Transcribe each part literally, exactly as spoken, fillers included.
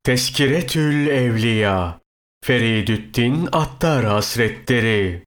Tezkiretül Evliya Feridüddin Attar Hazretleri,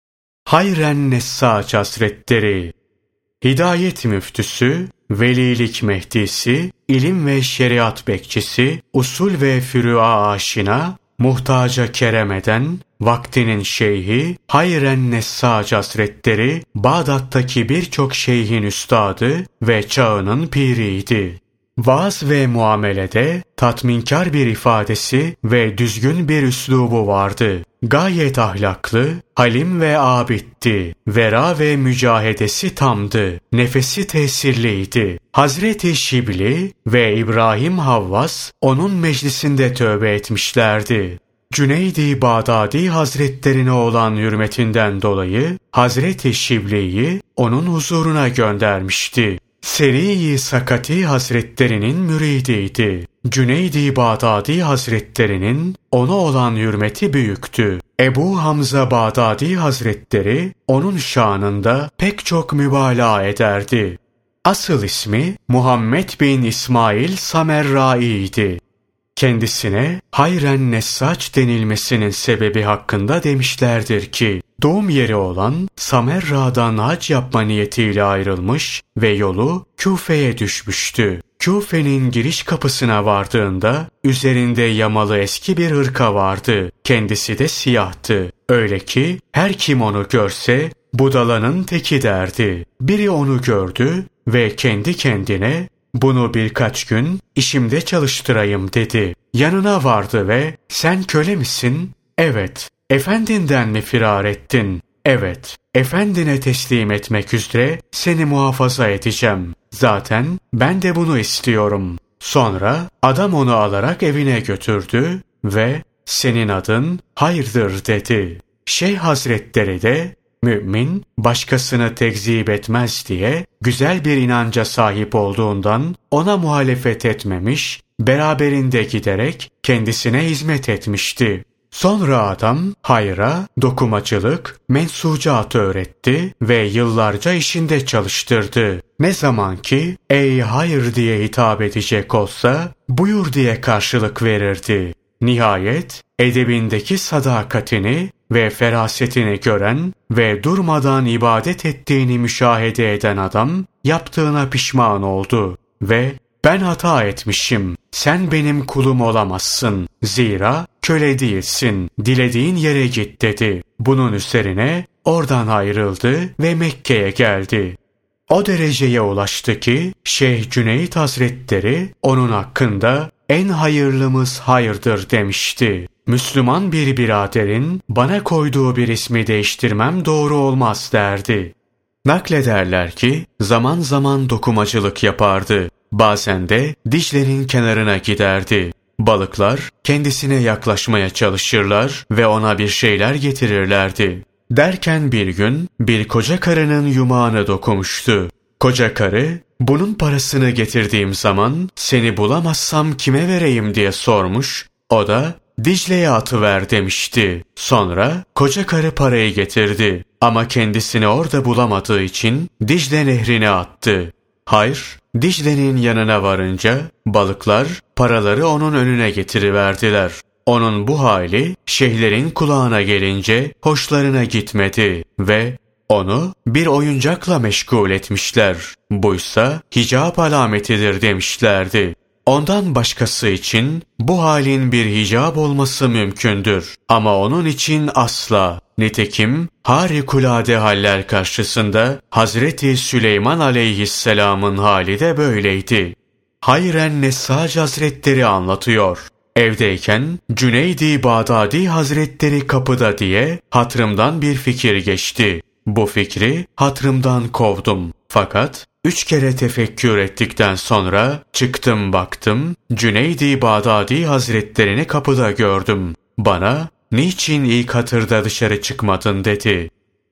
Hayren Nessaç Hazretleri, Hidayet Müftüsü, Velilik Mehdisi, İlim ve Şeriat Bekçisi, Usul ve Fürû'a aşina, muhtaca kerem eden, vaktinin şeyhi, Hayren Nessaç Hazretleri, Bağdat'taki birçok şeyhin üstadı ve çağının piriydi. Vaaz ve muamelede tatminkar bir ifadesi ve düzgün bir üslubu vardı. Gayet ahlaklı, halim ve abitti. Vera ve mücahedesi tamdı. Nefesi tesirliydi. Hazreti Şibli ve İbrahim Havvas onun meclisinde tövbe etmişlerdi. Cüneyd-i Bağdadi Hazretlerine olan hürmetinden dolayı Hazreti Şibli'yi onun huzuruna göndermişti. Seri-i Sakati Hazretlerinin müridiydi. Cüneyd-i Bağdadi Hazretlerinin ona olan hürmeti büyüktü. Ebu Hamza Bağdadi Hazretleri onun şanında pek çok mübalağa ederdi. Asıl ismi Muhammed bin İsmail Samerrai'ydi. Kendisine Hayren Nessaç denilmesinin sebebi hakkında demişlerdir ki, doğum yeri olan Samerra'dan hac yapma niyetiyle ayrılmış ve yolu Küfe'ye düşmüştü. Küfe'nin giriş kapısına vardığında üzerinde yamalı eski bir hırka vardı. Kendisi de siyahtı. Öyle ki her kim onu görse budalanın teki derdi. Biri onu gördü ve kendi kendine "Bunu birkaç gün işimde çalıştırayım" dedi. Yanına vardı ve "Sen köle misin?" "Evet." "Efendinden mi firar ettin?" "Evet." "Efendine teslim etmek üzere seni muhafaza edeceğim. Zaten ben de bunu istiyorum." Sonra adam onu alarak evine götürdü ve "Senin adın hayırdır" dedi. Şeyh Hazretleri de mümin başkasını tekzip etmez diye güzel bir inanca sahip olduğundan ona muhalefet etmemiş, beraberinde giderek kendisine hizmet etmişti. Sonra adam hayra, dokumacılık, mensucat öğretti ve yıllarca işinde çalıştırdı. Ne zaman ki "Ey hayır" diye hitap edecek olsa "Buyur" diye karşılık verirdi. Nihayet edebindeki sadakatini ve ferasetini gören ve durmadan ibadet ettiğini müşahede eden adam yaptığına pişman oldu ve "Ben hata etmişim, sen benim kulum olamazsın. Zira köle değilsin, dilediğin yere git" dedi. Bunun üzerine oradan ayrıldı ve Mekke'ye geldi. O dereceye ulaştı ki Şeyh Cüneyd Hazretleri onun hakkında "En hayırlımız hayırdır" demişti. Müslüman bir biraderin bana koyduğu bir ismi değiştirmem doğru olmaz derdi. Naklederler ki zaman zaman dokumacılık yapardı. Bazen de Dicle'nin kenarına giderdi. Balıklar kendisine yaklaşmaya çalışırlar ve ona bir şeyler getirirlerdi. Derken bir gün bir koca karının yumağını dokumuştu. Koca karı, "Bunun parasını getirdiğim zaman seni bulamazsam kime vereyim?" diye sormuş. O da "Dicle'ye atıver" demişti. Sonra koca karı parayı getirdi. Ama kendisini orada bulamadığı için Dicle nehrine attı. Hayır, Dicle'nin yanına varınca balıklar paraları onun önüne getiriverdiler. Onun bu hali şeyhlerin kulağına gelince hoşlarına gitmedi ve onu bir oyuncakla meşgul etmişler. Buysa hicap alametidir demişlerdi. Ondan başkası için bu halin bir hicap olması mümkündür. Ama onun için asla. Nitekim harikulade haller karşısında Hazreti Süleyman aleyhisselamın hali de böyleydi. Hayren Nessaç Hazretleri anlatıyor. Evdeyken Cüneyd-i Bağdadi Hazretleri kapıda diye hatırımdan bir fikir geçti. Bu fikri hatırımdan kovdum. Fakat üç kere tefekkür ettikten sonra çıktım baktım, Cüneyd-i Bağdadi Hazretlerini kapıda gördüm. Bana "Niçin ilk hatırda dışarı çıkmadın?" dedi.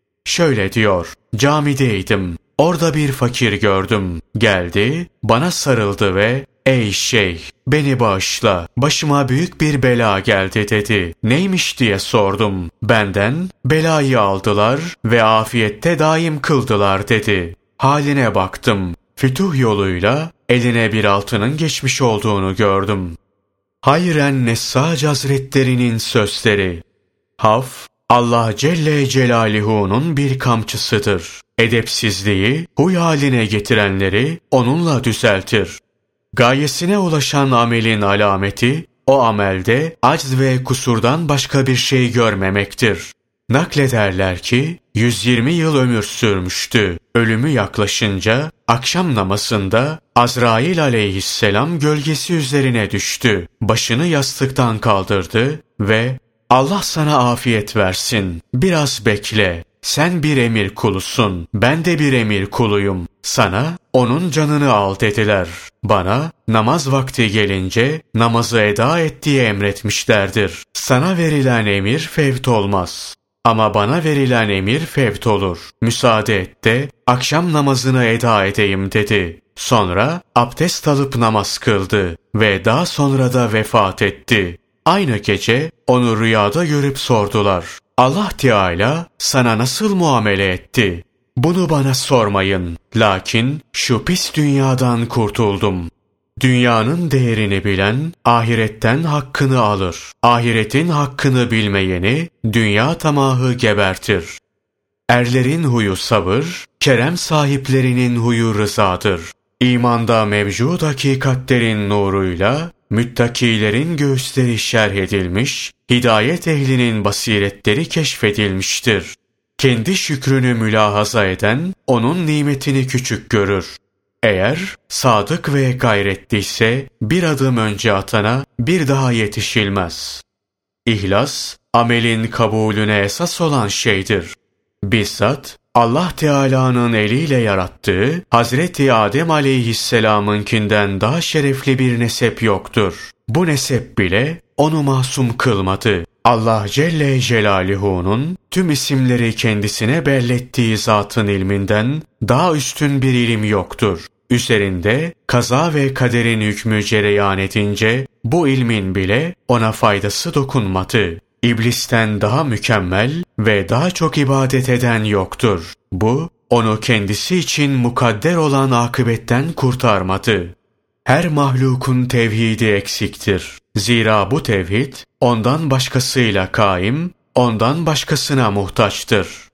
Şöyle diyor: "Camideydim. Orada bir fakir gördüm. Geldi, bana sarıldı ve ey şeyh, beni bağışla. Başıma büyük bir bela geldi" dedi. "Neymiş?" diye sordum. "Benden belayı aldılar ve afiyette daim kıldılar" dedi. Haline baktım. Fütuh yoluyla eline bir altının geçmiş olduğunu gördüm. Hayren Nessac Hazretlerinin sözleri. Haf, Allah Celle Celaluhu'nun bir kamçısıdır. Edepsizliği huy haline getirenleri onunla düzeltir. Gayesine ulaşan amelin alameti, o amelde acz ve kusurdan başka bir şey görmemektir. Naklederler ki, yüz yirmi yıl ömür sürmüştü. Ölümü yaklaşınca, akşam namazında Azrail aleyhisselam gölgesi üzerine düştü. Başını yastıktan kaldırdı ve Allah sana afiyet versin, biraz bekle. Sen bir emir kulusun, ben de bir emir kuluyum. Sana onun canını al dediler. Bana namaz vakti gelince namazı eda et diye emretmişlerdir. Sana verilen emir fevt olmaz. Ama bana verilen emir fevt olur. Müsaade et de akşam namazını eda edeyim dedi. Sonra abdest alıp namaz kıldı ve daha sonra da vefat etti. Aynı gece onu rüyada görüp sordular. Allah Teala sana nasıl muamele etti? Bunu bana sormayın. Lakin şu pis dünyadan kurtuldum. Dünyanın değerini bilen ahiretten hakkını alır. Ahiretin hakkını bilmeyeni dünya tamahı gebertir. Erlerin huyu sabır, kerem sahiplerinin huyu rızadır. İmanda mevcut hakikatlerin nuruyla müttakilerin göğüsleri şerh edilmiş, hidayet ehlinin basiretleri keşfedilmiştir. Kendi şükrünü mülahaza eden onun nimetini küçük görür. Eğer sadık ve gayretliyse bir adım önce atana bir daha yetişilmez. İhlas, amelin kabulüne esas olan şeydir. Bizzat Allah Teala'nın eliyle yarattığı Hazreti Adem aleyhisselamınkinden daha şerefli bir nesep yoktur. Bu nesep bile onu masum kılmadı. Allah Celle Celaluhu'nun tüm isimleri kendisine bellettiği zatın ilminden daha üstün bir ilim yoktur. Üzerinde kaza ve kaderin hükmü cereyan edince bu ilmin bile ona faydası dokunmadı. İblisten daha mükemmel ve daha çok ibadet eden yoktur. Bu, onu kendisi için mukadder olan akıbetten kurtarmadı. Her mahlukun tevhidi eksiktir. Zira bu tevhid, ondan başkasıyla kaim, ondan başkasına muhtaçtır.